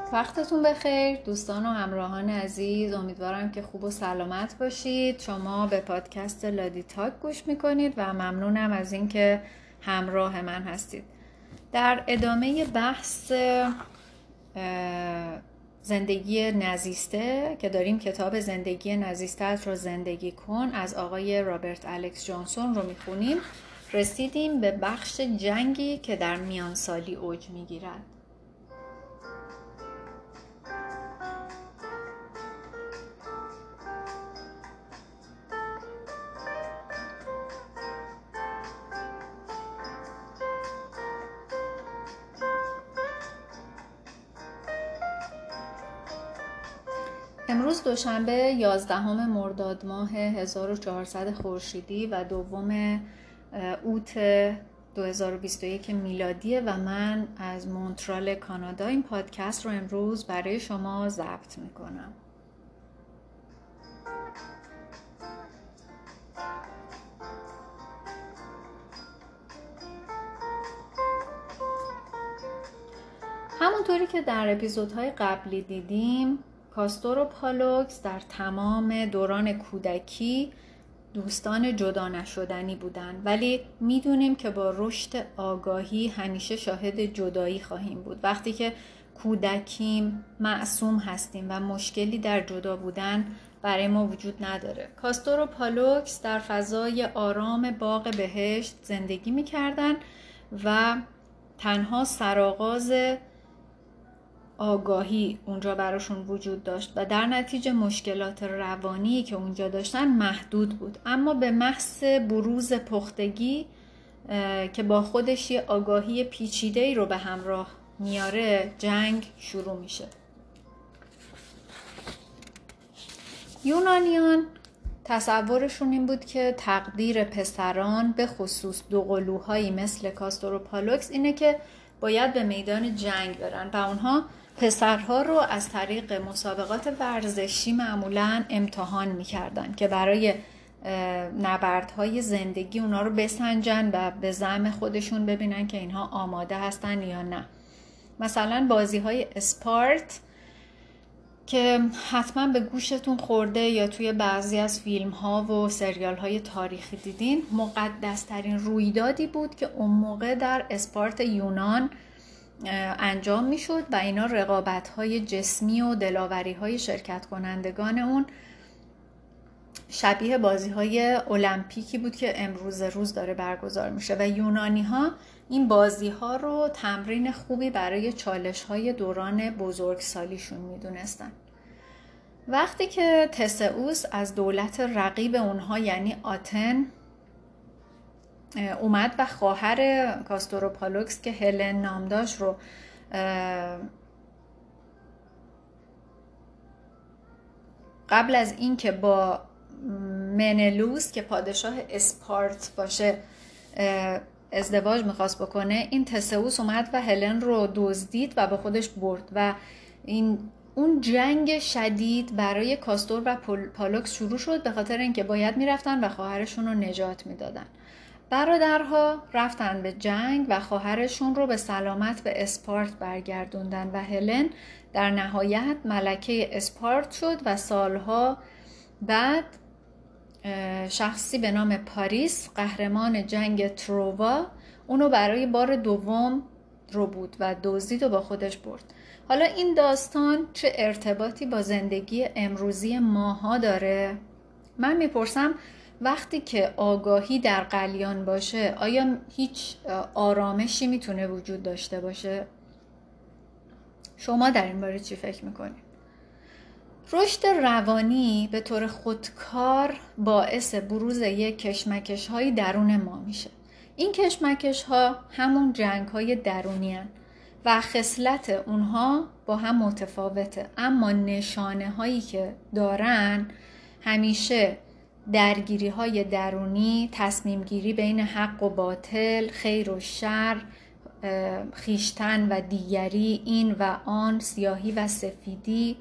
وقتتون بخیر دوستان و همراهان عزیز، امیدوارم که خوب و سلامت باشید. شما به پادکست لادی تاک گوش میکنید و ممنونم از اینکه همراه من هستید. در ادامه بحث زندگی نزیسته که داریم، کتاب زندگی نزیستت رو زندگی کن از آقای رابرت الکس جانسون رو میخونیم. رسیدیم به بخش جنگی که در میانسالی اوج میگیرد. امروز دوشنبه 11 مرداد ماه 1400 خورشیدی و 2 اوت 2021 میلادیه و من از مونترال کانادا این پادکست رو امروز برای شما ضبط میکنم. همونطوری که در اپیزودهای قبلی دیدیم، کاستور و پالوکس در تمام دوران کودکی دوستان جدا نشدنی بودن، ولی میدونیم که با رشد آگاهی همیشه شاهد جدایی خواهیم بود. وقتی که کودکیم معصوم هستیم و مشکلی در جدا بودن برای ما وجود نداره. کاستور و پالوکس در فضای آرام باغ بهشت زندگی میکردن و تنها سرآغاز آگاهی اونجا براشون وجود داشت و در نتیجه مشکلات روانی که اونجا داشتن محدود بود، اما به محض بروز پختگی که با خودش یه آگاهی پیچیده‌ای رو به همراه میاره، جنگ شروع میشه. یونانیان تصورشون این بود که تقدیر پسران، به خصوص دوقلوهایی مثل کاستور و پالوکس، اینه که باید به میدان جنگ برن و اونها پسرها رو از طریق مسابقات ورزشی معمولاً امتحان میکردن که برای نبردهای زندگی اونا رو بسنجن و به زعم خودشون ببینن که اینها آماده هستن یا نه. مثلا بازی‌های اسپارت که حتما به گوشتون خورده یا توی بعضی از فیلم‌ها و سریال‌های تاریخی دیدین، مقدس‌ترین رویدادی بود که اون موقع در اسپارت یونان انجام میشد و اینا رقابت‌های جسمی و دلاوری‌های شرکت کنندگان اون شبیه بازی‌های المپیکی بود که امروز روز داره برگزار میشه و یونانی‌ها این بازی‌ها رو تمرین خوبی برای چالش‌های دوران بزرگسالیشون میدونستن. وقتی که تسئوس از دولت رقیب اونها یعنی آتن اومد و خواهر کاستور و پالوکس که هلن نام داشت رو قبل از این که با منلوس که پادشاه اسپارت باشه ازدواج میخواست بکنه، این تسئوس اومد و هلن رو دزدید و به خودش برد و اون جنگ شدید برای کاستور و پالوکس شروع شد به خاطر اینکه باید میرفتن و خواهرشون رو نجات میدادن. برادرها رفتن به جنگ و خواهرشون رو به سلامت به اسپارت برگردوندن و هلن در نهایت ملکه اسپارت شد و سالها بعد شخصی به نام پاریس، قهرمان جنگ ترووا، اونو برای بار دوم رو بود و دزدید و با خودش برد. حالا این داستان چه ارتباطی با زندگی امروزی ماها داره؟ من میپرسم وقتی که آگاهی در غلیان باشه، آیا هیچ آرامشی میتونه وجود داشته باشه؟ شما در این باره چی فکر میکنید؟ رشد روانی به طور خودکار باعث بروز یک کشمکش‌های درون ما میشه. این کشمکش‌ها همون جنگ‌های درونی هستند و خصلت اونها با هم متفاوته، اما نشانه‌هایی که دارن همیشه درگیری‌های درونی، تصمیم‌گیری بین حق و باطل، خیر و شر، خیشتن و دیگری، این و آن، سیاهی و سفیدی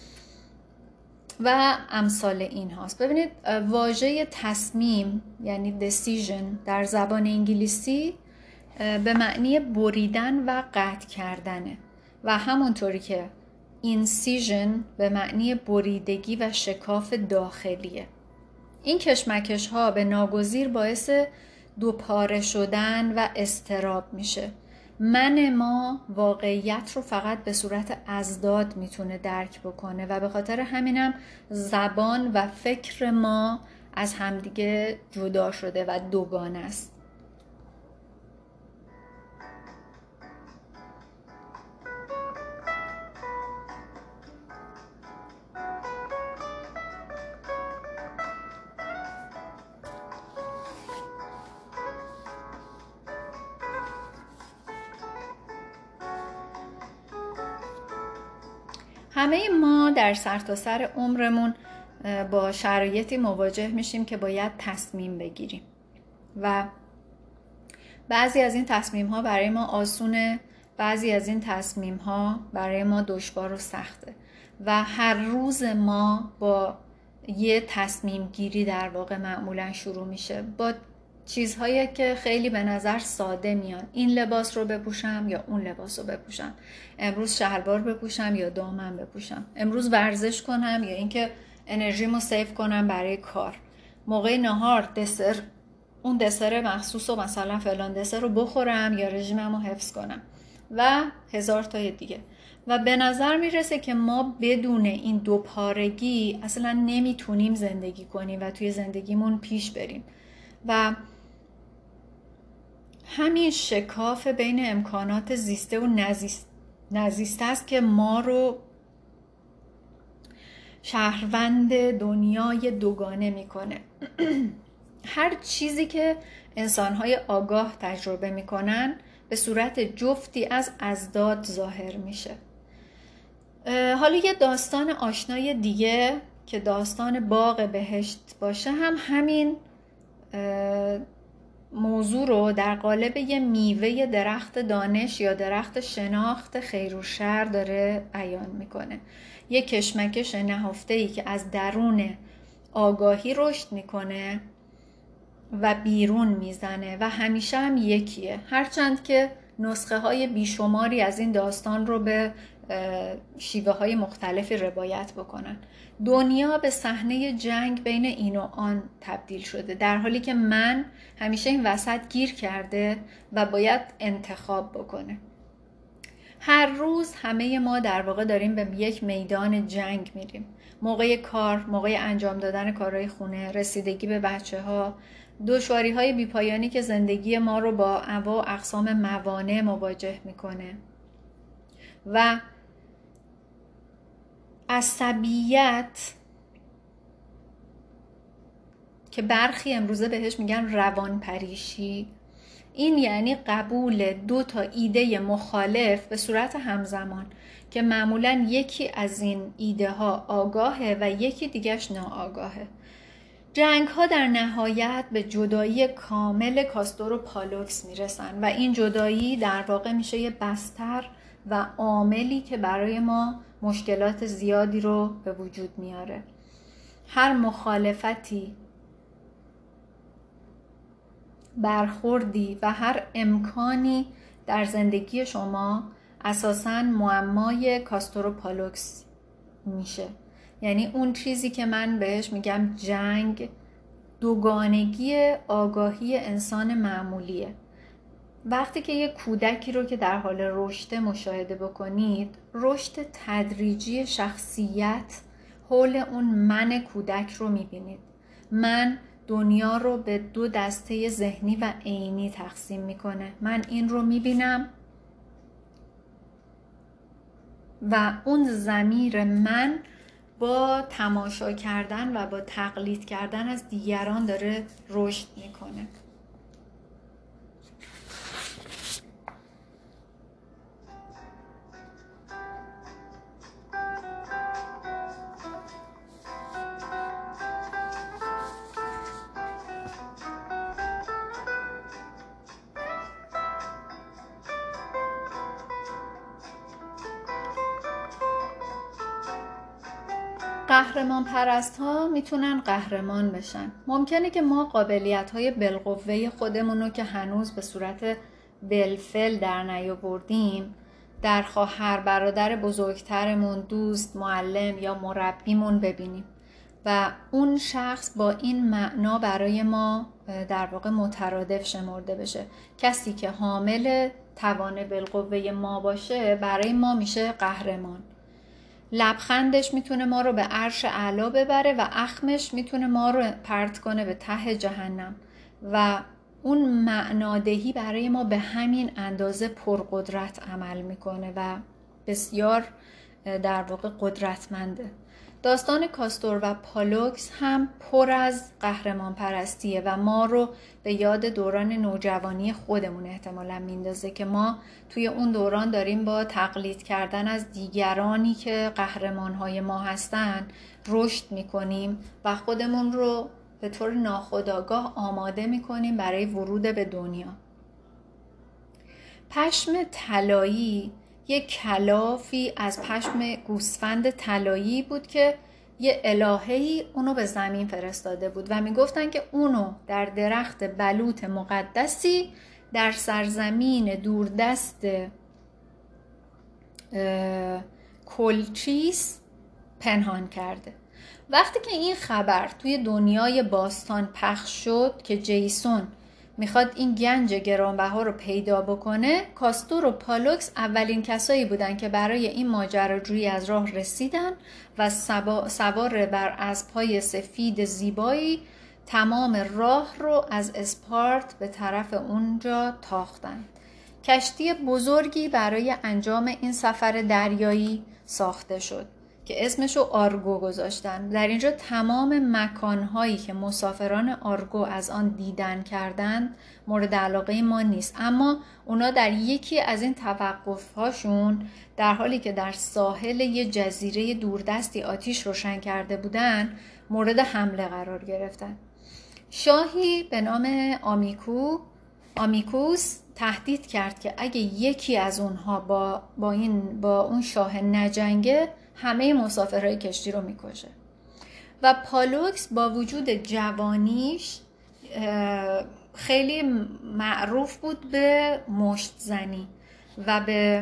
و امثال این هاست. ببینید واژه تصمیم یعنی decision در زبان انگلیسی به معنی بریدن و قطع کردنه و همونطوری که اینسیژن به معنی بریدگی و شکاف داخلیه. این کشمکش ها به ناگزیر باعث دوپاره شدن و اضطراب میشه. من ما واقعیت رو فقط به صورت ازداد میتونه درک بکنه و به خاطر همینم زبان و فکر ما از همدیگه جدا شده و دوگانه است. همه ما در سرتاسر عمرمون با شرایطی مواجه میشیم که باید تصمیم بگیریم و بعضی از این تصمیم ها برای ما آسونه، بعضی از این تصمیم ها برای ما دشوار و سخته و هر روز ما با یه تصمیم گیری در واقع معمولا شروع میشه، با چیزهایی که خیلی به نظر ساده میان. این لباس رو بپوشم یا اون لباس رو بپوشم، امروز شلوار بپوشم یا دامن بپوشم، امروز ورزش کنم یا اینکه انرژیمو سیو کنم برای کار، موقع نهار دسر، اون دسر مخصوص و مثلا فلان دسر رو بخورم یا رژیممو حفظ کنم و هزار تای دیگه. و به نظر میرسه که ما بدون این دوپارگی اصلا نمیتونیم زندگی کنیم و توی زندگیمون پیش بریم و همین شکاف بین امکانات زیسته و نزیسته است که ما رو شهروند دنیای دوگانه میکنه. هر چیزی که انسانهای آگاه تجربه میکنن به صورت جفتی از ازداد ظاهر میشه. حالا یه داستان آشنای دیگه که داستان باغ بهشت باشه هم همین موضوع رو در قالب یه میوه درخت دانش یا درخت شناخت خیر و شر داره بیان میکنه. یه کشمکش نهفته‌ای که از درون آگاهی رشد میکنه و بیرون میزنه و همیشه هم یکیه، هرچند که نسخه های بیشماری از این داستان رو به شیوه های مختلفی روایت بکنن. دنیا به صحنه جنگ بین این و آن تبدیل شده، در حالی که من همیشه این وسط گیر کرده و باید انتخاب بکنه. هر روز همه ما در واقع داریم به یک میدان جنگ میریم. موقع کار، موقع انجام دادن کارهای خونه، رسیدگی به بچه‌ها، دشواری‌های بی‌پایانی که زندگی ما رو با انواع و اقسام موانع مواجه میکنه و عصبیت که برخی امروزه بهش میگن روان پریشی، این یعنی قبول دو تا ایده مخالف به صورت همزمان که معمولاً یکی از این ایده ها آگاهه و یکی دیگهش ناآگاهه. جنگ ها در نهایت به جدایی کامل کاستور و پالوکس میرسن و این جدایی در واقع میشه یه بستر و عاملی که برای ما مشکلات زیادی رو به وجود میاره. هر مخالفتی، برخوردی و هر امکانی در زندگی شما اساساً معمای کاستور و پالوکس میشه. یعنی اون چیزی که من بهش میگم جنگ، دوگانگی آگاهی انسان معمولیه. وقتی که یک کودکی رو که در حال رشد مشاهده بکنید، رشد تدریجی شخصیت حول اون من کودک رو میبینید. من دنیا رو به دو دسته ذهنی و عینی تقسیم میکنه. من این رو میبینم و اون ضمیر من با تماشا کردن و با تقلید کردن از دیگران داره رشد میکنه. قهرمان پرست ها میتونن قهرمان بشن. ممکنه که ما قابلیت های بالقوه خودمونو که هنوز به صورت بالفعل در نیاوردیم در خواهر برادر بزرگترمون، دوست، معلم یا مربیمون ببینیم و اون شخص با این معنا برای ما در واقع مترادف شمرده بشه. کسی که حامل توان بالقوه ما باشه برای ما میشه قهرمان. لبخندش میتونه ما رو به عرش اعلا ببره و اخمش میتونه ما رو پرت کنه به ته جهنم و اون معنادهی برای ما به همین اندازه پرقدرت عمل میکنه و بسیار در واقع قدرتمنده. داستان کاستور و پالوکس هم پر از قهرمان پرستیه و ما رو به یاد دوران نوجوانی خودمون احتمالاً میندازه که ما توی اون دوران داریم با تقلید کردن از دیگرانی که قهرمانهای ما هستن رشد میکنیم و خودمون رو به طور ناخودآگاه آماده میکنیم برای ورود به دنیا. پشم طلایی یک کلافی از پشم گوسفند طلایی بود که یه الهه‌ای اونو به زمین فرستاده بود و میگفتن که اونو در درخت بلوط مقدسی در سرزمین دوردست کلچیس پنهان کرده. وقتی که این خبر توی دنیای باستان پخش شد که جیسون میخواد این گنج گرانبها رو پیدا بکنه، کاستور و پالوکس اولین کسایی بودن که برای این ماجراجویی از راه رسیدن و سوار بر اسب‌های سفید زیبایی تمام راه رو از اسپارت به طرف اونجا تاختن. کشتی بزرگی برای انجام این سفر دریایی ساخته شد که اسمشو آرگو گذاشتن. در اینجا تمام مکانهایی که مسافران آرگو از آن دیدن کردند مورد علاقه ما نیست، اما اونا در یکی از این توقفهاشون در حالی که در ساحل یه جزیره دوردستی آتیش روشن کرده بودن مورد حمله قرار گرفتن. شاهی به نام آمیکوس تهدید کرد که اگه یکی از اونها با اون شاه نجنگه همه مسافرهای کشتی رو میکشه و پالوکس با وجود جوانیش خیلی معروف بود به مشت زنی و به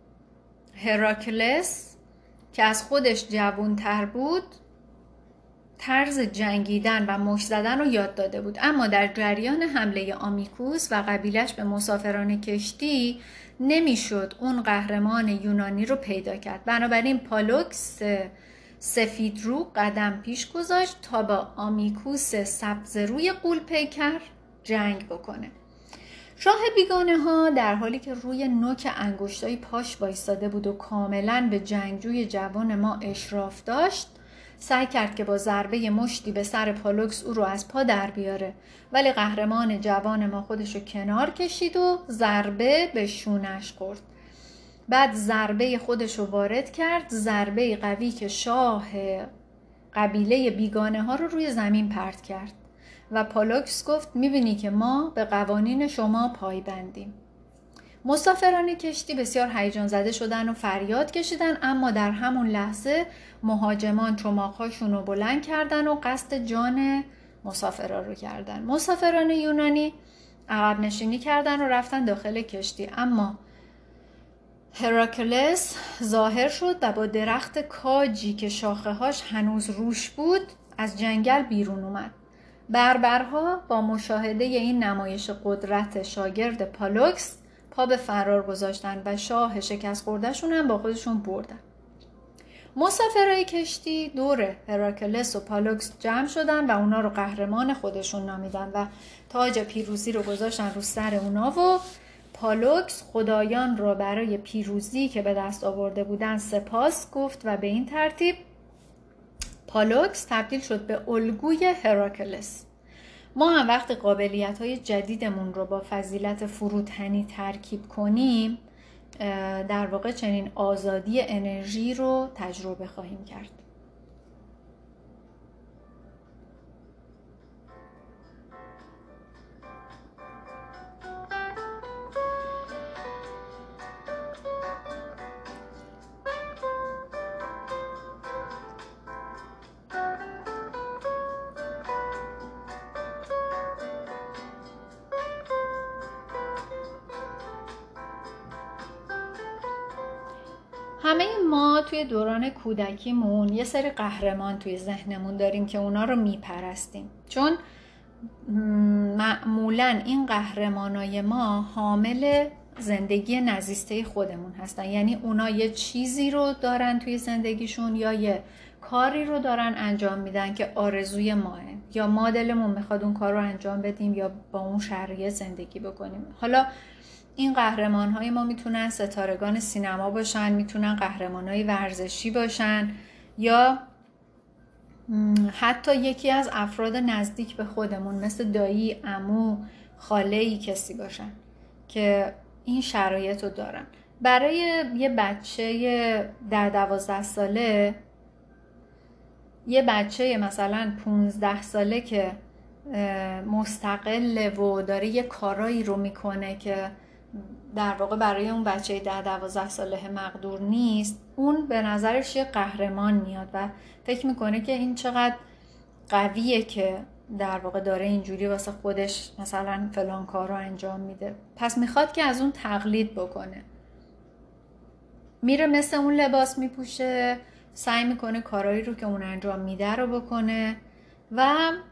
هراکلس که از خودش جوانتر بود طرز جنگیدن و مشت زدن رو یاد داده بود. اما در جریان حمله آمیکوس و قبیلش به مسافران کشتی نمیشد اون قهرمان یونانی رو پیدا کرد. بنابراین پالوکس سفید رو قدم پیش گذاشت تا با آمیکوس سبز روی غول پیکر جنگ بکنه. شاه بیگانه ها در حالی که روی نوک انگشتای پاش وایساده بود و کاملا به جنگجوی جوان ما اشراف داشت، سعی کرد که با ضربه مشتی به سر پالوکس او رو از پا در بیاره، ولی قهرمان جوان ما خودش رو کنار کشید و ضربه به شونش خورد. بعد ضربه خودش رو وارد کرد، ضربه قوی که شاه قبیله بیگانه ها رو روی زمین پرت کرد و پالوکس گفت میبینی که ما به قوانین شما پایبندیم. مسافران کشتی بسیار هیجان زده شدن و فریاد کشیدن، اما در همون لحظه مهاجمان چماق‌هاشون رو بلند کردن و قصد جان مسافران رو کردن. مسافران یونانی عقب نشینی کردن و رفتن داخل کشتی، اما هراکلس ظاهر شد و با درخت کاجی که شاخه‌هاش هنوز روش بود از جنگل بیرون اومد. بربرها با مشاهده این نمایش قدرت شاگرد پالوکس پا به فرار گذاشتن و شاه شکست خورده‌شون هم با خودشون بردن. مسافرای کشتی دور هراکلس و پالوکس جمع شدن و اونا رو قهرمان خودشون نامیدن و تاج پیروزی رو گذاشتن رو سر اونا و پالوکس خدایان رو برای پیروزی که به دست آورده بودن سپاس گفت و به این ترتیب پالوکس تبدیل شد به الگوی هراکلس. ما هم وقتی قابلیت‌های جدیدمون رو با فضیلت فروتنی ترکیب کنیم در واقع چنین آزادی انرژی رو تجربه خواهیم کرد. همه ما توی دوران کودکیمون یه سری قهرمان توی ذهنمون داریم که اونا رو میپرستیم، چون معمولاً این قهرمانای ما حامل زندگی نزیسته خودمون هستن. یعنی اونا یه چیزی رو دارن توی زندگیشون یا یه کاری رو دارن انجام میدن که آرزوی ماه، یا ما دلمون میخواد اون کار رو انجام بدیم یا با اون شرایط زندگی بکنیم. حالا این قهرمان‌های ما میتونن ستارگان سینما باشن، میتونن قهرمان‌های ورزشی باشن، یا حتی یکی از افراد نزدیک به خودمون مثل دایی، عمو، خاله‌ای کسی باشن که این شرایط رو دارن. برای یه بچه 10-12 ساله، یه بچه مثلا 15 ساله که مستقله و داره یه کارایی رو میکنه که در واقع برای اون بچه 10-12 ساله مقدور نیست، اون به نظرش یه قهرمان میاد و فکر میکنه که این چقدر قویه که در واقع داره اینجوری واسه خودش مثلا فلان کار رو انجام میده. پس میخواد که از اون تقلید بکنه، میره مثل اون لباس میپوشه، سعی میکنه کارایی رو که اون انجام میده رو بکنه و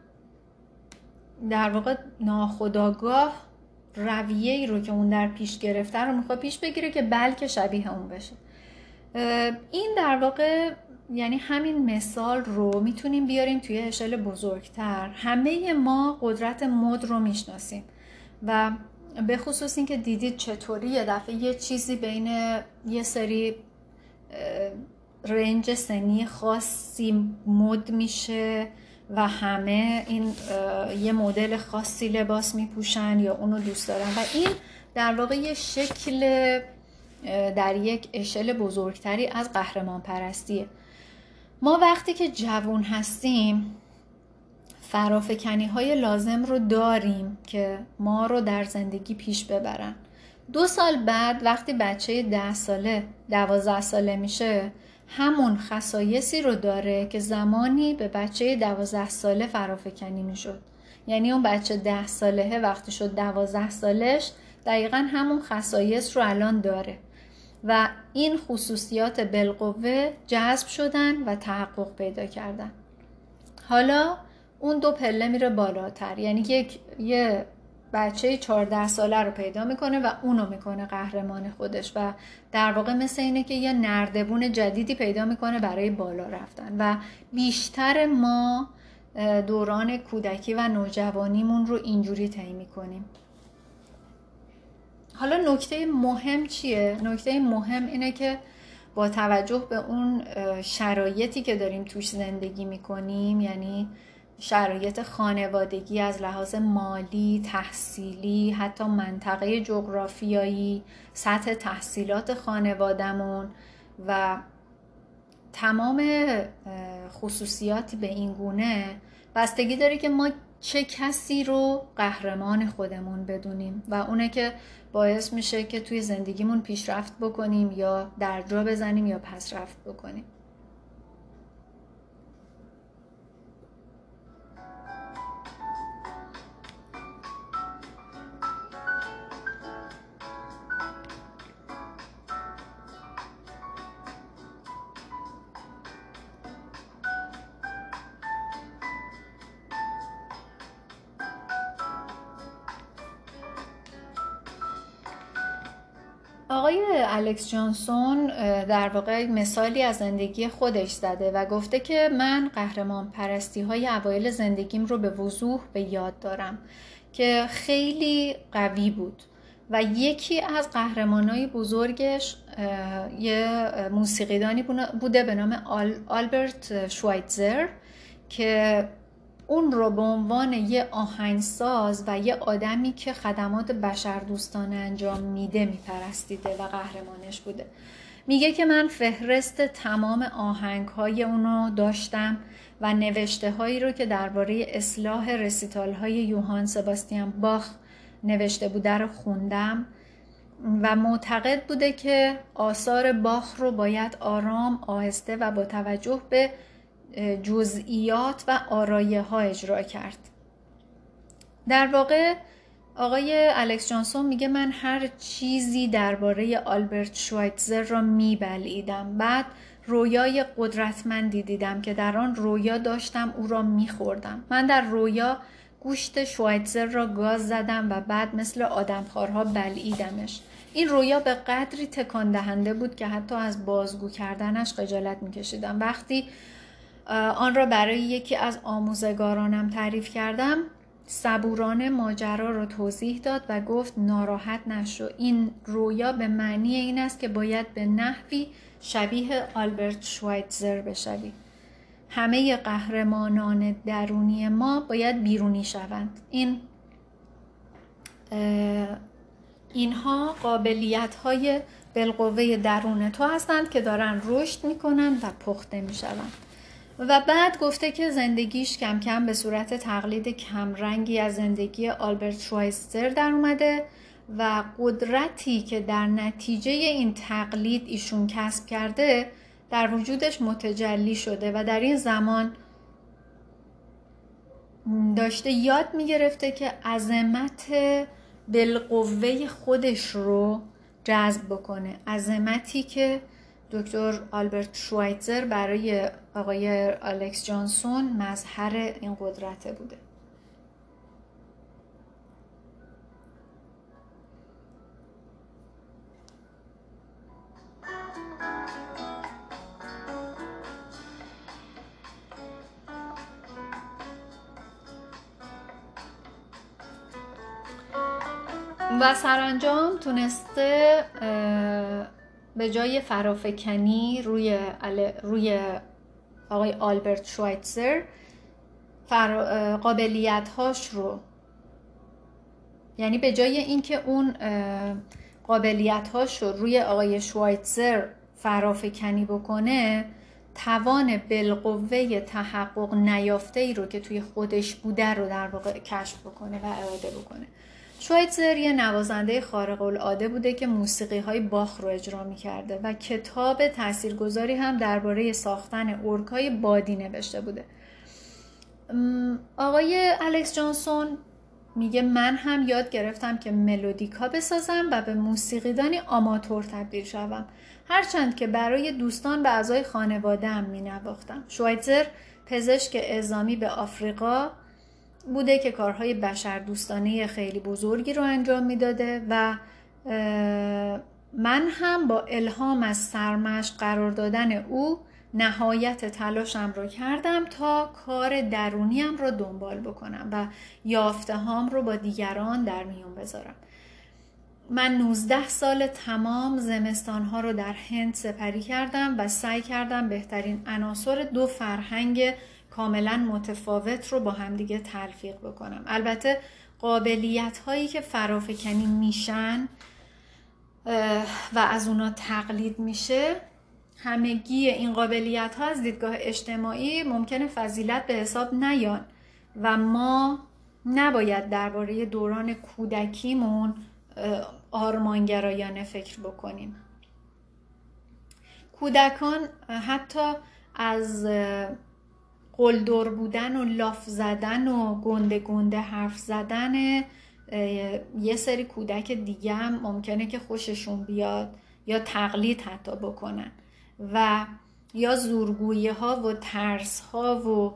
در واقع ناخودآگاه رویه‌ای رو که اون در پیش گرفته رو میخواد پیش بگیره که بلکه شبیه اون بشه. این در واقع یعنی همین مثال رو میتونیم بیاریم توی اشل بزرگتر. همه ما قدرت مد رو میشناسیم و به خصوص این که دیدید چطوری یه دفعه یه چیزی بین یه سری رنج سنی خاصی مد میشه و همه این یه مدل خاصی لباس میپوشن یا اونو دوست دارن و این در واقع یه شکل در یک اشل بزرگتری از قهرمان پرستیه. ما وقتی که جوان هستیم فرافکنی های لازم رو داریم که ما رو در زندگی پیش ببرن. 2 سال بعد وقتی بچه 10 ساله 12 ساله میشه همون خصایصی رو داره که زمانی به بچه 12 ساله فرافکنی میشد. یعنی اون بچه 10 ساله وقتی شد 12 سالش دقیقا همون خصایص رو الان داره و این خصوصیات بالقوه جذب شدن و تحقق پیدا کردن. حالا اون 2 پله میره بالاتر، یعنی یه بچه 14 ساله رو پیدا میکنه و اونو میکنه قهرمان خودش و در واقع مثل اینه که یه نردبون جدیدی پیدا میکنه برای بالا رفتن و بیشتر ما دوران کودکی و نوجوانیمون رو اینجوری طی میکنیم. حالا نکته مهم چیه؟ نکته مهم اینه که با توجه به اون شرایطی که داریم توش زندگی میکنیم، یعنی شرایط خانوادگی از لحاظ مالی، تحصیلی، حتی منطقه جغرافیایی، سطح تحصیلات خانوادمون و تمام خصوصیاتی به این گونه بستگی داره که ما چه کسی رو قهرمان خودمون بدونیم و اونه که باعث میشه که توی زندگیمون پیشرفت بکنیم یا درجا بزنیم یا پسرفت بکنیم. آقای الکس جانسون در واقع مثالی از زندگی خودش زده و گفته که من قهرمان پرستی های اوایل زندگیم رو به وضوح به یاد دارم که خیلی قوی بود و یکی از قهرمانای بزرگش یه موسیقیدانی بوده به نام آلبرت شوایتزر که اون رو به عنوان یه آهنگساز و یه آدمی که خدمات بشردوستانه انجام میده میپرستیده و قهرمانش بوده. میگه که من فهرست تمام آهنگ‌های اونو داشتم و نوشته هایی رو که درباره اصلاح رسیتال های یوهان سباستیان باخ نوشته بوده رو خوندم و معتقد بوده که آثار باخ رو باید آرام، آهسته و با توجه به جزئیات و آرایه ها اجرا کرد. در واقع آقای الکس جانسون میگه من هر چیزی درباره آلبرت شوایتزر را میبلعیدم. بعد رویای قدرتمندی دیدم که در آن رویا داشتم او را میخوردم. من در رویا گوشت شوایتزر را گاز زدم و بعد مثل آدمخوارها بلعیدمش. این رویا به قدری تکان دهنده بود که حتی از بازگو کردنش خجالت میکشیدم. وقتی آن را برای یکی از آموزگارانم تعریف کردم، صبورانه ماجرا را توضیح داد و گفت ناراحت نشو، این رویا به معنی این است که باید به نحوی شبیه آلبرت شوایتزر بشوی. همه قهرمانان درونی ما باید بیرونی شوند. اینها قابلیت‌های بالقوه درون تو هستند که دارن رشد میکنن و پخته میشوند. و بعد گفته که زندگیش کم کم به صورت تقلید کمرنگی از زندگی آلبرت شوایتزر در اومده و قدرتی که در نتیجه این تقلید ایشون کسب کرده در وجودش متجلی شده و در این زمان داشته یاد میگرفته که عظمت بالقوه خودش رو جذب بکنه. عظمتی که دکتر آلبرت شوایتزر برای آقای الکس جانسون مظهر این قدرت بوده. و سرانجام تونسته به جای فرافکنی روی آقای آلبرت شوایتزر قابلیت‌هاش رو، یعنی به جای اینکه اون قابلیت‌هاش رو روی آقای شوایتزر فرافکنی بکنه، توان بالقوه تحقق نیافته‌ای رو که توی خودش بوده رو در واقع کشف بکنه و اعاده بکنه. شوایتزر یه نوازنده خارق العاده بوده که موسیقی‌های باخ رو اجرا می‌کرده و کتاب تاثیرگذاری هم درباره ساختن ارگ‌های بادی نوشته بوده. آقای الکس جانسون میگه من هم یاد گرفتم که ملودیکا بسازم و به موسیقیدانی آماتور تبدیل شوم، هرچند که برای دوستان و اعضای خانواده‌ام مینواختم. شوایتزر پزشک اعزامی به آفریقا بوده که کارهای بشردوستانه خیلی بزرگی رو انجام میداده و من هم با الهام از سرمشق قرار دادن او نهایت تلاشم رو کردم تا کار درونیم رو دنبال بکنم و یافته هام رو با دیگران در میون بذارم. من 19 سال تمام زمستانها رو در هند سپری کردم و سعی کردم بهترین عناصر دو فرهنگ کاملا متفاوت رو با همدیگه تلفیق بکنم. البته قابلیت هایی که فرافکنی میشن و از اونا تقلید میشه، همگی این قابلیت ها از دیدگاه اجتماعی ممکنه فضیلت به حساب نیان و ما نباید درباره دوران کودکیمون آرمانگرایانه فکر بکنیم. کودکان حتی از قلدر بودن و لاف زدن و گنده گنده حرف زدن یه سری کودک دیگه هم ممکنه که خوششون بیاد یا تقلید حتی بکنن و یا زورگویی ها و ترس ها و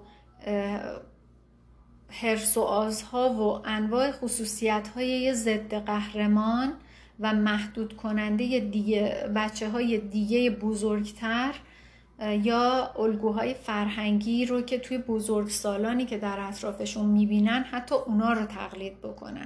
حرص و آز ها و انواع خصوصیت های ضد قهرمان و محدود کننده دیگه بچه های دیگه بزرگتر یا الگوهای فرهنگی رو که توی بزرگسالانی که در اطرافشون میبینن حتی اونا رو تقلید بکنن.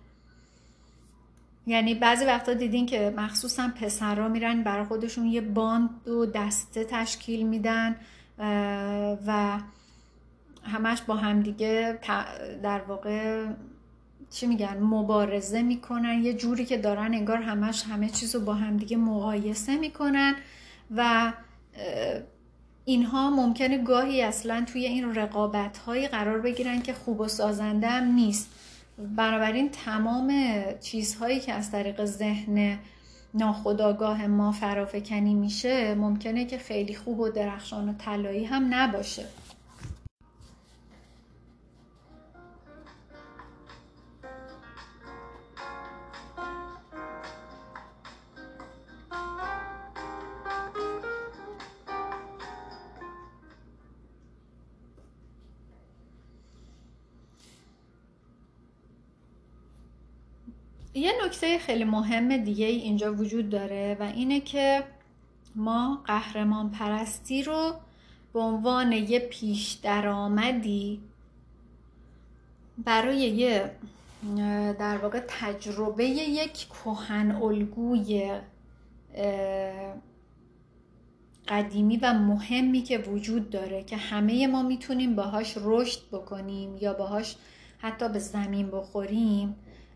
یعنی بعضی وقتا دیدین که مخصوصا پسرها میرن برای خودشون یه باند و دسته تشکیل میدن و همش با همدیگه در واقع چی میگن مبارزه میکنن، یه جوری که دارن انگار همه چیز رو با همدیگه مقایسه میکنن و اینها ممکنه گاهی اصلا توی این رقابت‌های قرار بگیرن که خوب و سازنده هم نیست. بنابراین تمام چیزهایی که از طریق ذهن ناخودآگاه ما فرافکنی میشه ممکنه که خیلی خوب و درخشان و طلایی هم نباشه. یه نکته خیلی مهم دیگه اینجا وجود داره و اینه که ما قهرمان پرستی رو به عنوان یه پیش درآمدی برای یه در واقع تجربه یک کهن الگوی قدیمی و مهمی که وجود داره که همه ما میتونیم باهاش رشد بکنیم یا باهاش حتی به زمین بخوریم،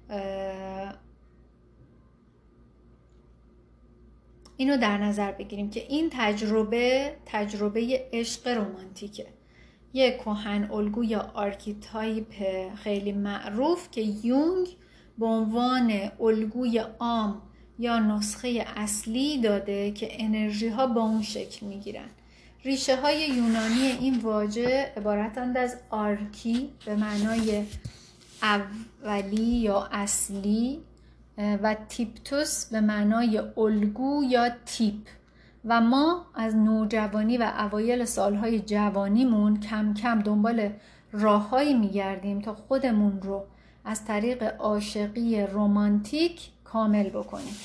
اینو در نظر بگیریم که این تجربه عشق رمانتیکه، یک کهن الگو یا آرکیتایپ خیلی معروف که یونگ به عنوان الگوی عام یا نسخه اصلی داده که انرژی ها با اون شکل میگیرن. ریشه های یونانی این واژه عبارتند از آرکی به معنای اولی یا اصلی و تیپتوس به معنای الگو یا تیپ. و ما از نوجوانی و اوایل سالهای جوانیمون کم کم دنبال راههایی میگردیم تا خودمون رو از طریق عاشقی رمانتیک کامل بکنیم.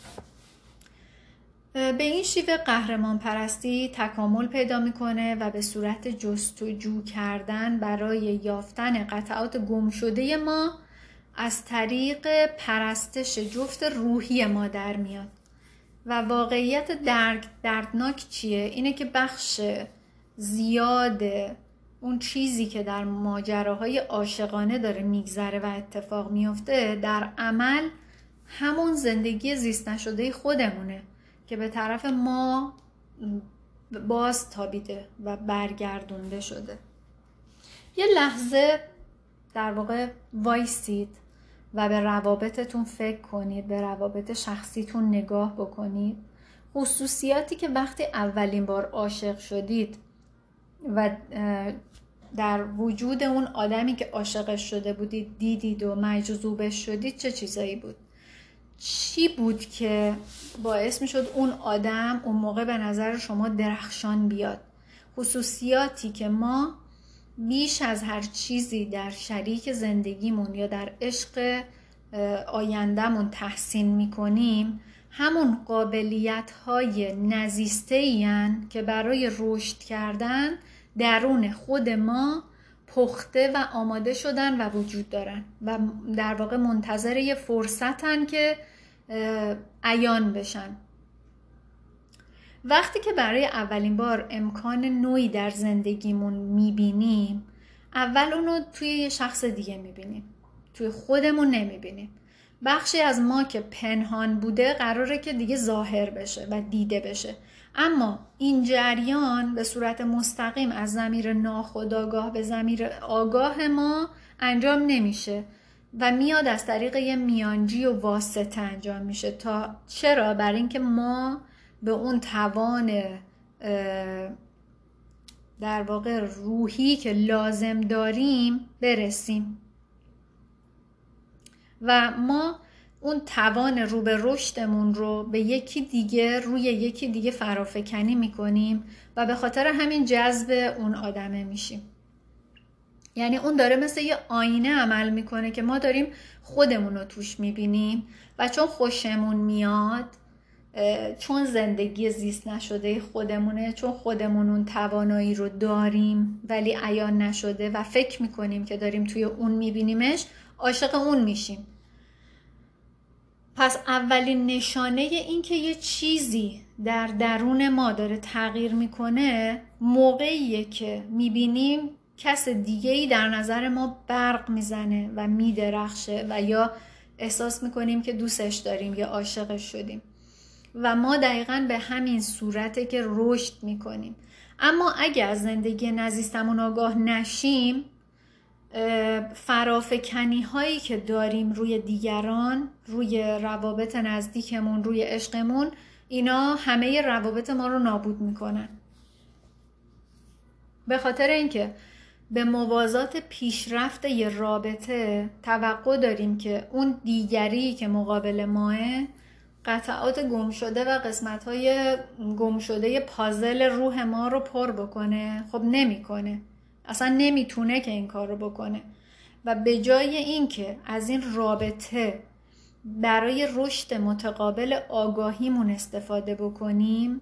به این شیوه قهرمان پرستی تکامل پیدا میکنه و به صورت جستجو کردن برای یافتن قطعات گم شده ما از طریق پرستش جفت روحی ما در میاد. و واقعیت دردناک چیه؟ اینه که بخش زیاد اون چیزی که در ماجراهای عاشقانه داره میگذره و اتفاق میفته در عمل همون زندگی زیست نشده خودمونه که به طرف ما باز تابیده و برگردونده شده. یه لحظه در واقع وایسید و به روابطتون فکر کنید، به روابط شخصیتون نگاه بکنید. خصوصیاتی که وقتی اولین بار عاشق شدید و در وجود اون آدمی که عاشقش شده بودید دیدید و مجذوبش شدید، چه چیزایی بود؟ چی بود که باعث می شد اون آدم اون موقع به نظر شما درخشان بیاد؟ خصوصیاتی که ما بیش از هر چیزی در شریک زندگیمون یا در عشق آیندهمون تحسین میکنیم همون قابلیت‌های نزیسته‌این که برای رشد کردن درون خود ما پخته و آماده شدن و وجود دارن و در واقع منتظر یه فرصتن که عیان بشن. وقتی که برای اولین بار امکان نوعی در زندگیمون میبینیم، اول اونو توی یه شخص دیگه میبینیم، توی خودمون نمیبینیم. بخشی از ما که پنهان بوده قراره که دیگه ظاهر بشه و دیده بشه، اما این جریان به صورت مستقیم از ضمیر ناخودآگاه به ضمیر آگاه ما انجام نمیشه و میاد از طریق یه میانجی و واسطه انجام میشه. تا چرا؟ برای اینکه ما به اون توان در واقع روحی که لازم داریم برسیم و ما اون توان رو به رشدمون رو به یکی دیگه روی یکی دیگه فرافکنی میکنیم و به خاطر همین جذب اون آدمه میشیم. یعنی اون داره مثل یه آینه عمل میکنه که ما داریم خودمون رو توش میبینیم و چون خوشمون میاد، چون زندگی زیست نشده خودمونه، چون خودمون اون توانایی رو داریم ولی عیان نشده و فکر میکنیم که داریم توی اون میبینیمش، عاشق اون میشیم. پس اولین نشانه این که یه چیزی در درون ما داره تغییر میکنه موقعیه که میبینیم کس دیگه‌ای در نظر ما برق میزنه و میدرخشه و یا احساس میکنیم که دوستش داریم یا عاشقش شدیم و ما دقیقاً به همین صورته که رشد میکنیم. اما اگه از زندگی نزیستمون آگاه نشیم، فرافکنی هایی که داریم روی دیگران، روی روابط نزدیکمون، روی عشقمون، اینا همه روابط ما رو نابود میکنن. به خاطر اینکه به موازات پیشرفت یه رابطه توقع داریم که اون دیگری که مقابل ماه قطعات گم شده و قسمت‌های گم شده پازل روح ما رو پر بکنه. خب نمی‌کنه، اصلا نمیتونه که این کار رو بکنه و به جای این که از این رابطه برای رشد متقابل آگاهیمون استفاده بکنیم،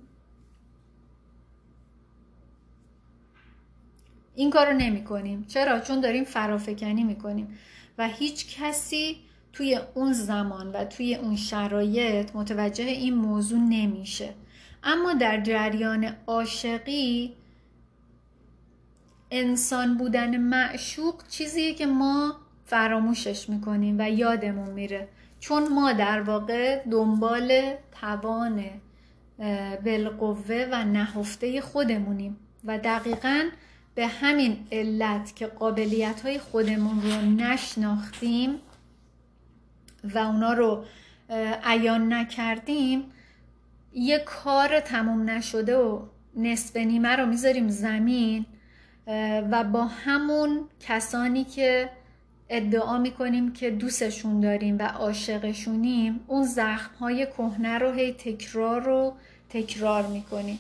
این کار رو نمی کنیم. چرا؟ چون داریم فرافکنی می کنیم و هیچ کسی توی اون زمان و توی اون شرایط متوجه این موضوع نمیشه. اما در جریان عاشقی انسان بودن معشوق چیزیه که ما فراموشش میکنیم و یادمون میره، چون ما در واقع دنبال توان بالقوه و نهفته خودمونیم و دقیقاً به همین علت که قابلیت‌های خودمون رو نشناختیم و اونا رو عیان نکردیم، یه کار تموم نشده و نصف نیمه رو میذاریم زمین و با همون کسانی که ادعا میکنیم که دوستشون داریم و عاشقشونیم اون زخم‌های کهنه رو هی تکرار میکنیم.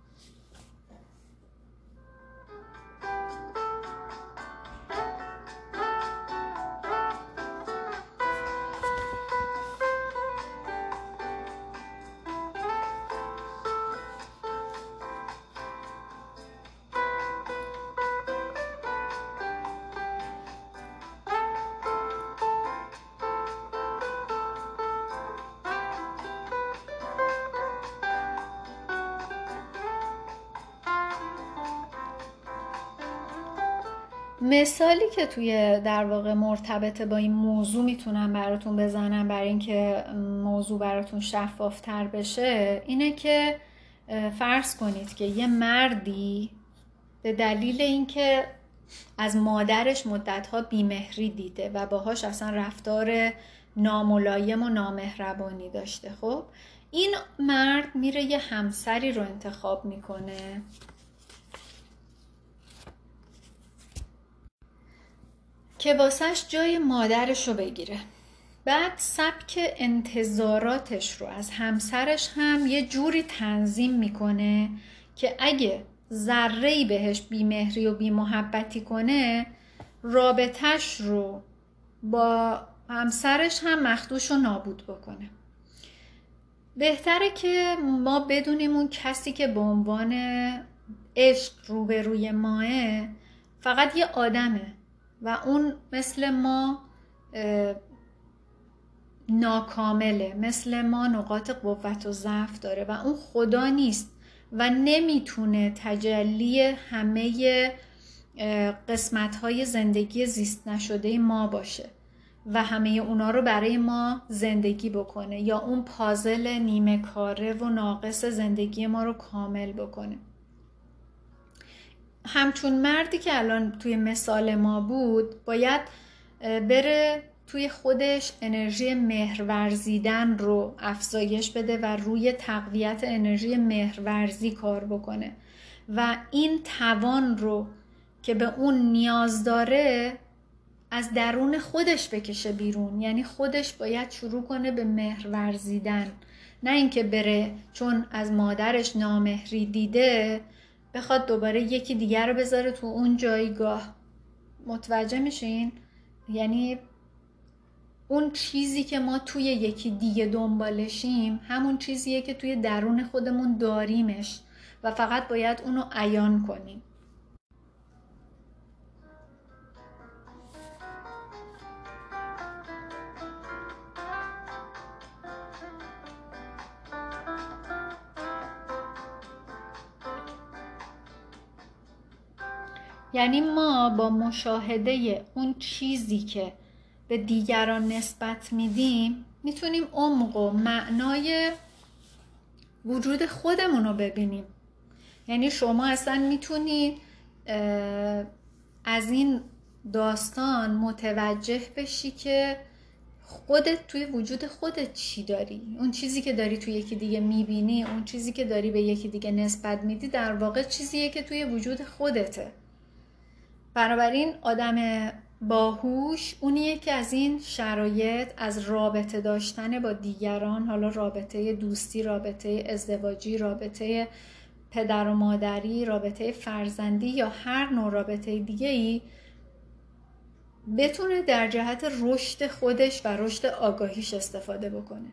مثالی که توی در واقع مرتبط با این موضوع میتونم براتون بزنم برای اینکه موضوع براتون شفافتر بشه اینه که فرض کنید که یه مردی به دلیل اینکه از مادرش مدتها بیمهری دیده و باهاش اصلا رفتار ناملایم و نامهربانی داشته، خب این مرد میره یه همسری رو انتخاب میکنه که واسش جای مادرش رو بگیره. بعد سبک انتظاراتش رو از همسرش هم یه جوری تنظیم میکنه که اگه ذره‌ای بهش بیمهری و بیمحبتی کنه رابطش رو با همسرش هم مخدوش و نابود بکنه. بهتره که ما بدونیم اون کسی که به عنوان عشق روبروی ماه فقط یه آدمه و اون مثل ما ناکامله، مثل ما نقاط قوت و ضعف داره و اون خدا نیست و نمیتونه تجلی همه قسمت‌های زندگی زیست نشده ما باشه و همه اونا رو برای ما زندگی بکنه یا اون پازل نیمه کاره و ناقص زندگی ما رو کامل بکنه. همچون مردی که الان توی مثال ما بود باید بره توی خودش انرژی مهرورزیدن رو افزایش بده و روی تقویت انرژی مهرورزی کار بکنه و این توان رو که به اون نیاز داره از درون خودش بکشه بیرون. یعنی خودش باید شروع کنه به مهرورزیدن، نه اینکه بره چون از مادرش نامهری دیده بخواد دوباره یکی دیگر رو بذاره تو اون جایگاه. متوجه میشین؟ یعنی اون چیزی که ما توی یکی دیگه دنبالشیم همون چیزیه که توی درون خودمون داریمش و فقط باید اونو عیان کنیم. یعنی ما با مشاهده اون چیزی که به دیگران نسبت میدیم میتونیم عمق و معنای وجود خودمون رو ببینیم. یعنی شما اصلا میتونید از این داستان متوجه بشی که خودت توی وجود خودت چی داری. اون چیزی که داری توی یکی دیگه میبینی، اون چیزی که داری به یکی دیگه نسبت میدی در واقع چیزیه که توی وجود خودته. بنابراین آدم باهوش اونیه که از این شرایط، از رابطه داشتن با دیگران، حالا رابطه دوستی، رابطه ازدواجی، رابطه پدر و مادری، رابطه فرزندی یا هر نوع رابطه دیگه‌ای، بتونه در جهت رشد خودش و رشد آگاهیش استفاده بکنه.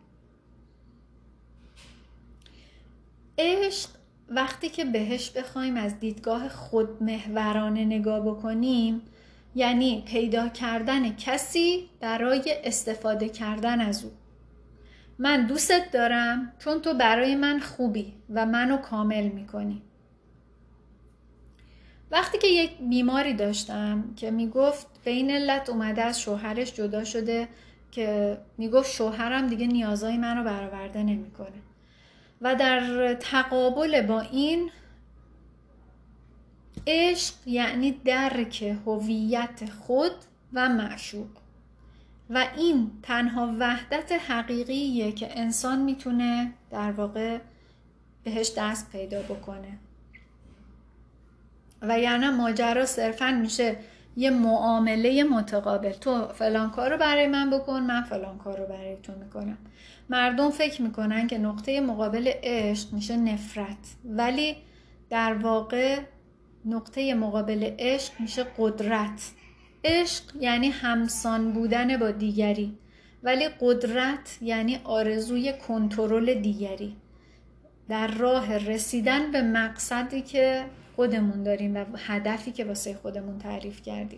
عشق وقتی که بهش بخوایم از دیدگاه خودمحورانه نگاه بکنیم، یعنی پیدا کردن کسی برای استفاده کردن از او. من دوستت دارم چون تو برای من خوبی و منو کامل میکنی. وقتی که یک بیماری داشتم که میگفت به این علت اومده از شوهرش جدا شده که میگفت شوهرم دیگه نیازهای منو برآورده نمیکنه و در تقابل با این عشق یعنی درک هویت خود و معشوق و این تنها وحدت حقیقیه که انسان میتونه در واقع بهش دست پیدا بکنه و یعنی ماجرا صرفاً میشه یه معامله متقابل. تو فلان کارو برای من بکن، من فلان کارو برای تو میکنم. مردم فکر میکنن که نقطه مقابل عشق میشه نفرت، ولی در واقع نقطه مقابل عشق میشه قدرت. عشق یعنی همسان بودن با دیگری، ولی قدرت یعنی آرزوی کنترل دیگری در راه رسیدن به مقصدی که خودمون داریم و هدفی که واسه خودمون تعریف کردیم.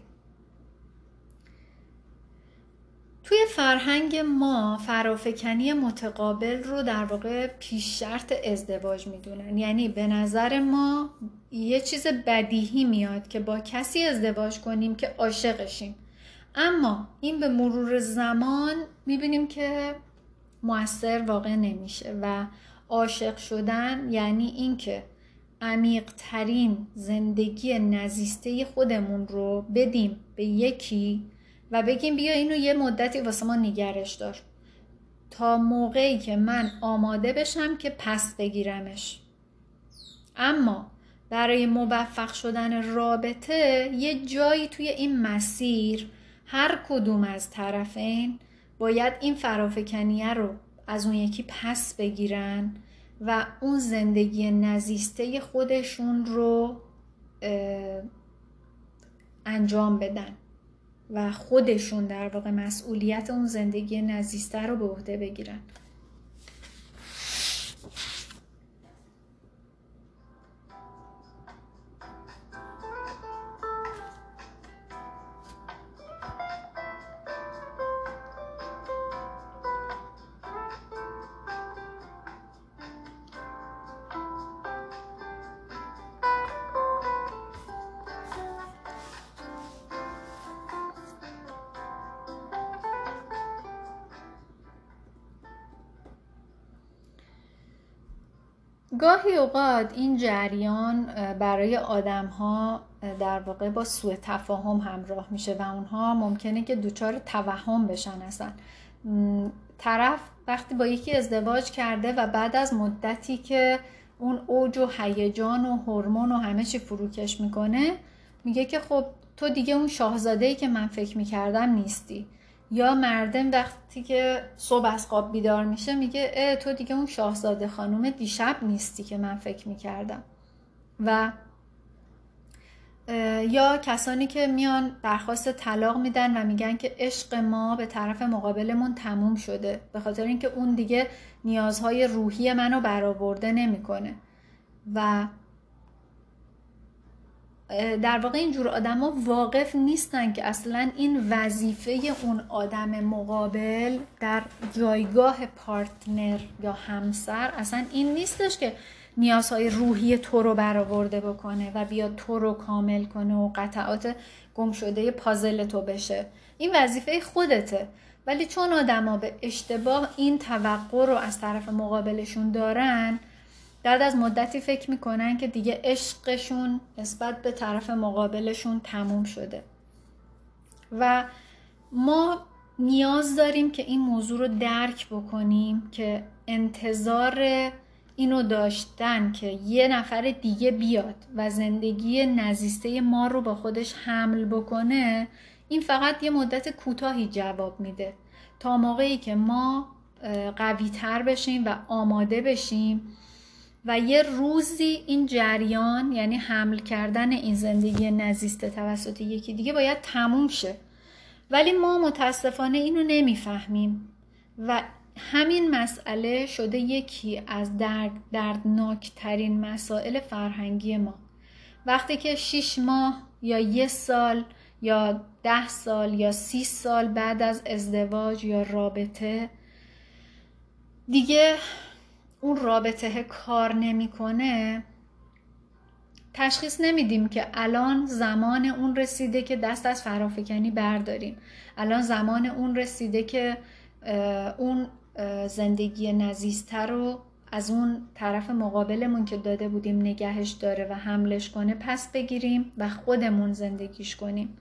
توی فرهنگ ما فرافکنی متقابل رو در واقع پیش شرط ازدواج میدونن. یعنی به نظر ما یه چیز بدیهی میاد که با کسی ازدواج کنیم که عاشقشیم، اما این به مرور زمان میبینیم که مؤثر واقع نمیشه و عاشق شدن یعنی این که عمیق ترین زندگی نزیسته خودمون رو بدیم به یکی و بگیم بیا اینو یه مدتی واسه ما نگرش دار تا موقعی که من آماده بشم که پس بگیرمش. اما برای موفق شدن رابطه یه جایی توی این مسیر هر کدوم از طرفین باید این فرافکنیه رو از اون یکی پس بگیرن و اون زندگی نزیسته خودشون رو انجام بدن و خودشون در واقع مسئولیت اون زندگی نزیسته رو به عهده بگیرن. گاهی اوقات این جریان برای آدم‌ها در واقع با سوء تفاهم همراه میشه و اونها ممکنه که دچار توهم بشن. اصلا طرف وقتی با یکی ازدواج کرده و بعد از مدتی که اون اوج و هیجان و هورمون و همه چی فروکش میکنه میگه که خب تو دیگه اون شاهزاده‌ای که من فکر میکردم نیستی. یا مردم وقتی که صبح از خواب بیدار میشه میگه تو دیگه اون شاهزاده خانوم دیشب نیستی که من فکر میکردم. و یا کسانی که میان درخواست طلاق میدن و میگن که عشق ما به طرف مقابلمون تموم شده به خاطر اینکه اون دیگه نیازهای روحی منو برآورده نمیکنه. و در واقع اینجور آدم ها واقف نیستن که اصلا این وظیفه اون آدم مقابل در جایگاه پارتنر یا همسر اصلا این نیستش که نیازهای روحی تو رو برآورده بکنه و بیا تو رو کامل کنه و قطعات گم شده پازل تو بشه. این وظیفه خودته. ولی چون آدم ها به اشتباه این توقع رو از طرف مقابلشون دارن، بعد از مدتی فکر میکنن که دیگه عشقشون نسبت به طرف مقابلشون تموم شده. و ما نیاز داریم که این موضوع رو درک بکنیم که انتظار اینو داشتن که یه نفر دیگه بیاد و زندگی نزیسته ما رو با خودش حمل بکنه، این فقط یه مدت کوتاهی جواب میده تا موقعی که ما قوی تر بشیم و آماده بشیم و یه روزی این جریان یعنی حمل کردن این زندگی نزیسته توسط یکی دیگه باید تموم شه ولی ما متاسفانه اینو نمیفهمیم و همین مسئله شده یکی از دردناکترین مسائل فرهنگی ما. وقتی که 6 ماه یا 1 سال یا 10 سال یا 30 سال بعد از ازدواج یا رابطه دیگه اون رابطه کار نمیکنه، تشخیص نمیدیم که الان زمان اون رسیده که دست از فرافکنی برداریم. الان زمان اون رسیده که اون زندگی نزیسته رو از اون طرف مقابلمون که داده بودیم نگهش داره و حملش کنه پس بگیریم و خودمون زندگیش کنیم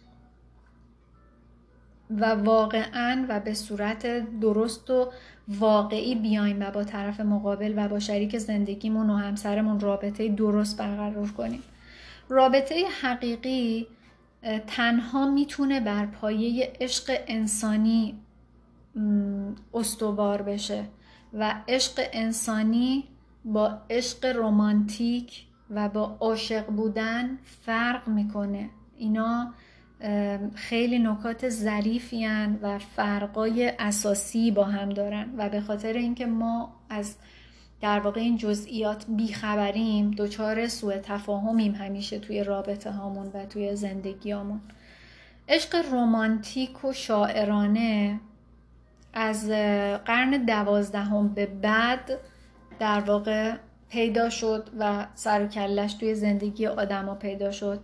و واقعاً و به صورت درست و واقعی بیایم و با طرف مقابل و با شریک زندگیمون و همسرمون رابطه درست برقرار کنیم. رابطه حقیقی تنها میتونه بر پایه عشق انسانی استوار بشه و عشق انسانی با عشق رمانتیک و با عاشق بودن فرق میکنه. اینا خیلی نکات ظریفی هن و فرقای اساسی با هم دارن و به خاطر اینکه ما از در واقع این جزئیات بیخبریم دچار سوء تفاهمیم همیشه توی رابطه هامون و توی زندگی هامون. عشق رمانتیک و شاعرانه از قرن 12 به بعد در واقع پیدا شد و سر و کلش توی زندگی آدم ها پیدا شد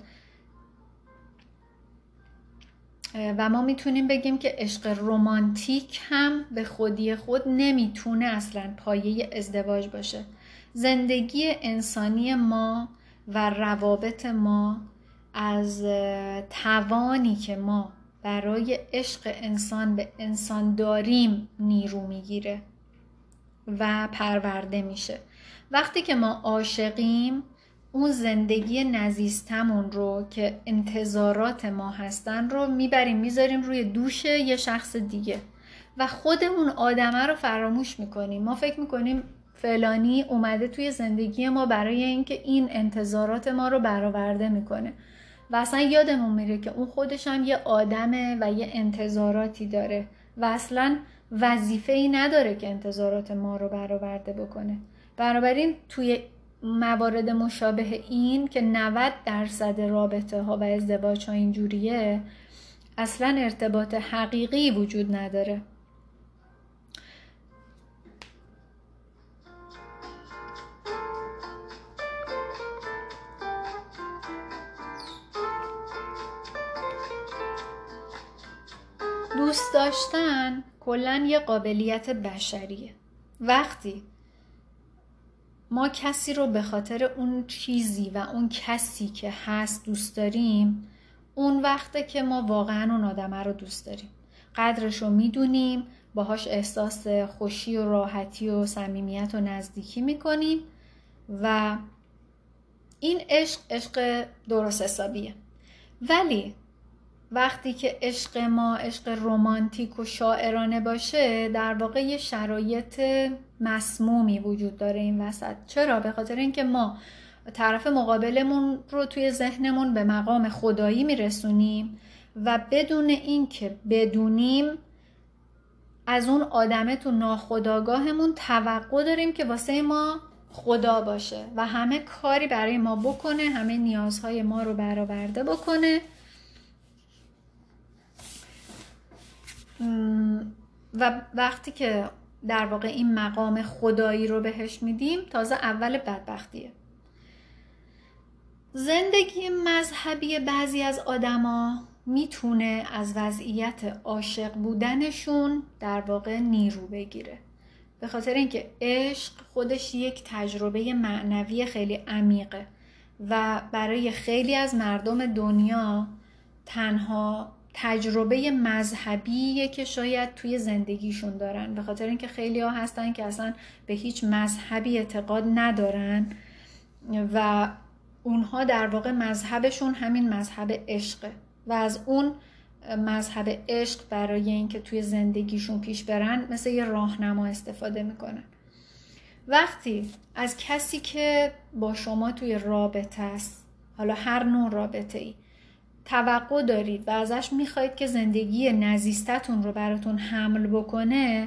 و ما میتونیم بگیم که عشق رمانتیک هم به خودی خود نمیتونه اصلا پایه ازدواج باشه. زندگی انسانی ما و روابط ما از توانی که ما برای عشق انسان به انسان داریم نیرو میگیره و پرورده میشه. وقتی که ما عاشقیم اون زندگی نزیستمون رو که انتظارات ما هستن رو میبریم میذاریم روی دوش یه شخص دیگه و خودمون آدمه رو فراموش میکنیم. ما فکر میکنیم فلانی اومده توی زندگی ما برای اینکه این انتظارات ما رو برآورده میکنه و اصلا یادمون میره که اون خودش هم یه آدمه و یه انتظاراتی داره و اصلا وظیفه‌ای نداره که انتظارات ما رو برآورده بکنه. بنابراین توی موارد مشابه این که 90% رابطه ها و ازدواج ها اینجوریه اصلا ارتباط حقیقی وجود نداره. دوست داشتن کلاً یه قابلیت بشریه. وقتی ما کسی رو به خاطر اون چیزی و اون کسی که هست دوست داریم، اون وقته که ما واقعا اون آدمه رو دوست داریم، قدرش رو میدونیم، باهاش احساس خوشی و راحتی و صمیمیت و نزدیکی میکنیم و این عشق درست حسابیه. ولی وقتی که عشق ما عشق رمانتیک و شاعرانه باشه در واقع یه شرایط مسمومی وجود داره این وسط. چرا؟ به خاطر اینکه ما طرف مقابلمون رو توی ذهنمون به مقام خدایی میرسونیم و بدون اینکه بدونیم از اون آدمه تو ناخودآگاهمون توقع داریم که واسه ما خدا باشه و همه کاری برای ما بکنه، همه نیازهای ما رو برآورده بکنه و وقتی که در واقع این مقام خدایی رو بهش میدیم تازه اول بدبختیه. زندگی مذهبی بعضی از آدما میتونه از وضعیت عاشق بودنشون در واقع نیرو بگیره، به خاطر اینکه عشق خودش یک تجربه معنوی خیلی عمیقه و برای خیلی از مردم دنیا تنها تجربه مذهبیه که شاید توی زندگیشون دارن، به خاطر اینکه خیلی ها هستن که اصلا به هیچ مذهبی اعتقاد ندارن و اونها در واقع مذهبشون همین مذهب عشقه و از اون مذهب عشق برای اینکه توی زندگیشون پیش برن مثل یه راهنما استفاده میکنن. وقتی از کسی که با شما توی رابطه است، حالا هر نوع رابطه ای، توقع دارید و ازش میخواید که زندگی نزیستتون رو براتون حمل بکنه،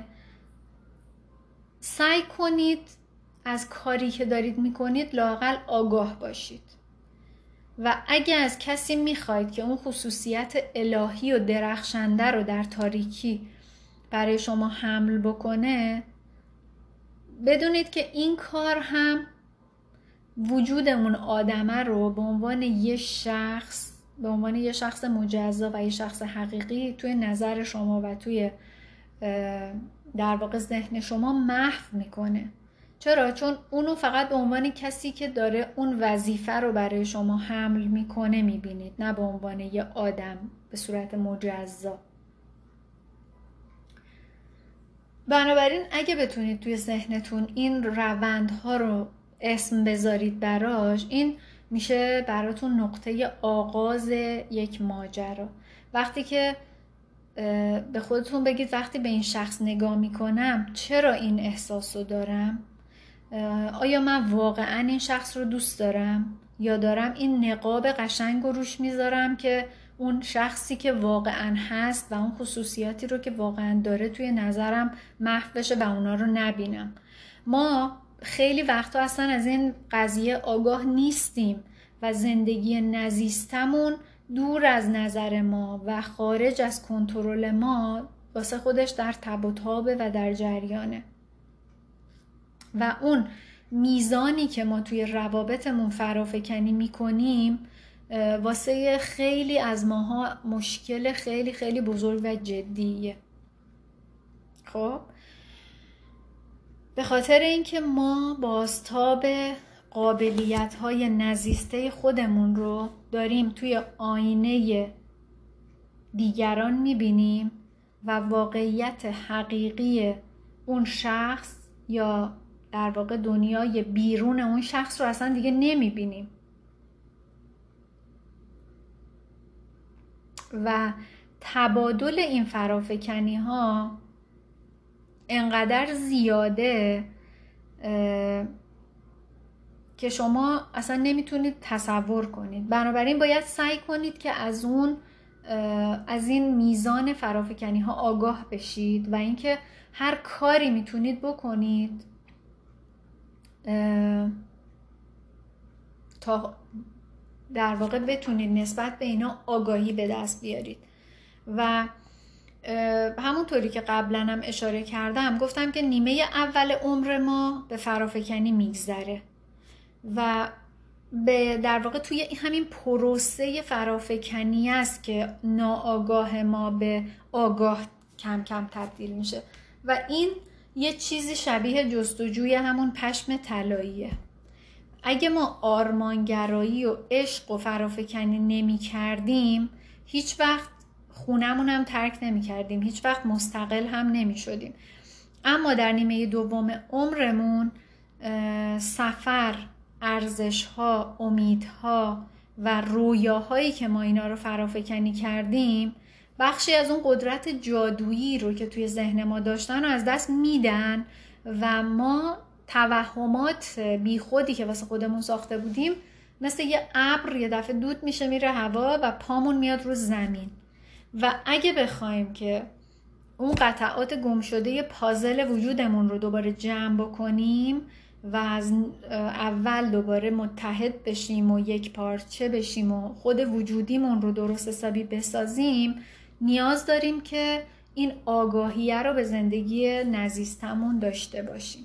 سعی کنید از کاری که دارید میکنید لااقل آگاه باشید و اگه از کسی میخواید که اون خصوصیت الهی و درخشنده رو در تاریکی برای شما حمل بکنه، بدونید که این کار هم وجود اون آدمه رو به عنوان یه شخص مجزا و یه شخص حقیقی توی نظر شما و توی در واقع ذهن شما محو میکنه. چرا؟ چون اونو فقط به عنوان کسی که داره اون وظیفه رو برای شما حمل میکنه میبینید، نه به عنوان یه آدم به صورت مجزا. بنابراین اگه بتونید توی ذهنتون این روندها رو اسم بذارید براش، این میشه براتون نقطه آغاز یک ماجرا. وقتی که به خودتون بگید وقتی به این شخص نگاه میکنم چرا این احساس رو دارم؟ آیا من واقعا این شخص رو دوست دارم؟ یا دارم این نقاب قشنگ رو روش میذارم که اون شخصی که واقعا هست و اون خصوصیاتی رو که واقعا داره توی نظرم محو بشه و اونا رو نبینم. ما خیلی وقتا اصلا از این قضیه آگاه نیستیم و زندگی نزیستمون دور از نظر ما و خارج از کنترل ما واسه خودش در تب و تابه و در جریانه و اون میزانی که ما توی روابطمون فرافکنی میکنیم واسه خیلی از ماها مشکل خیلی خیلی بزرگ و جدیه. خب به خاطر اینکه ما بازتاب قابلیت‌های نزیسته خودمون رو داریم توی آینه دیگران میبینیم و واقعیت حقیقی اون شخص یا در واقع دنیای بیرون اون شخص رو اصلا دیگه نمیبینیم و تبادل این فرافکنی ها انقدر زیاده که شما اصلا نمیتونید تصور کنید. بنابراین باید سعی کنید که از این میزان فرافکنی ها آگاه بشید و اینکه هر کاری میتونید بکنید تا در واقع بتونید نسبت به اینا آگاهی به دست بیارید. و همونطوری که قبلا هم اشاره کردم گفتم که نیمه اول عمر ما به فرافکنی میگذره و در واقع توی همین پروسه فرافکنی است که ناآگاه ما به آگاه کم کم تبدیل میشه و این یه چیزی شبیه جستجوی همون پشم طلاییه. اگه ما آرمانگرایی و عشق و فرافکنی نمی کردیم هیچ وقت خونمون هم ترک نمی کردیم، هیچ وقت مستقل هم نمی شدیم. اما در نیمه دوم عمرمون سفر، ارزش‌ها، امیدها و رویاهایی که ما اینا رو فرافکنی کردیم بخشی از اون قدرت جادویی رو که توی ذهن ما داشتن رو از دست میدن و ما توهمات بی خودی که واسه خودمون ساخته بودیم مثل یه ابر یه دفعه دود میشه میره هوا و پامون میاد رو زمین. و اگه بخوایم که اون قطعات گم شده پازل وجودمون رو دوباره جمع بکنیم و از اول دوباره متحد بشیم و یک پارچه بشیم و خود وجودیمون رو درست حسابی بسازیم، نیاز داریم که این آگاهیه رو به زندگی نزیستمون داشته باشیم.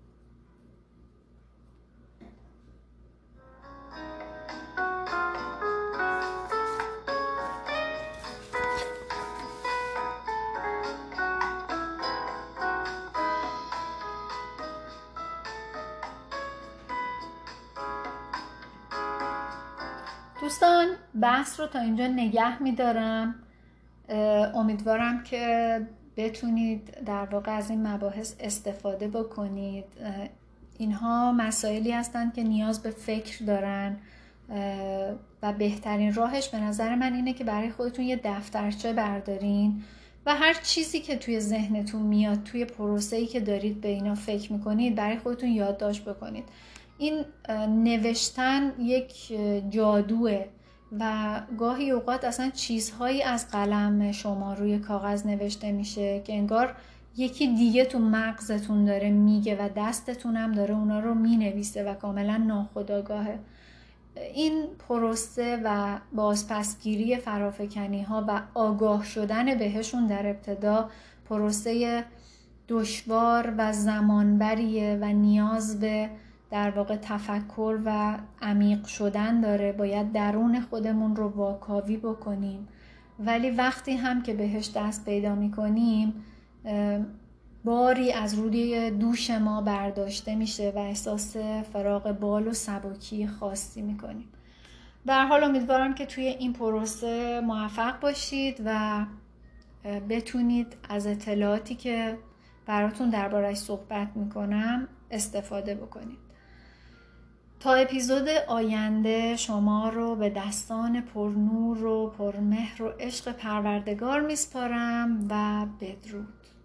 دوستان بحث رو تا اینجا نگه می‌دارم. امیدوارم که بتونید در واقع از این مباحث استفاده بکنید. اینها مسائلی هستند که نیاز به فکر دارن و بهترین راهش به نظر من اینه که برای خودتون یه دفترچه بردارین و هر چیزی که توی ذهنتون میاد توی پروسه‌ای که دارید به اینا فکر میکنید برای خودتون یادداشت بکنید. این نوشتن یک جادوه و گاهی اوقات اصلا چیزهایی از قلم شما روی کاغذ نوشته میشه که انگار یکی دیگه تو مغزتون داره میگه و دستتون هم داره اونا رو مینویسه و کاملا ناخودآگاهه. این پروسه و بازپسگیری فرافکنی ها و آگاه شدن بهشون در ابتدا پروسه دشوار و زمانبریه و نیاز به در واقع تفکر و عمیق شدن داره. باید درون خودمون رو واکاوی بکنیم، ولی وقتی هم که بهش دست پیدا میکنیم باری از روی دوش ما برداشته میشه و احساس فراغ بال و سبکی خاصی میکنیم. به هر حال امیدوارم که توی این پروسه موفق باشید و بتونید از اطلاعاتی که براتون درباره‌اش صحبت میکنم استفاده بکنید. تا اپیزود آینده شما رو به دستان پرنور و پرمهر و عشق پروردگار میسپارم و بدرود.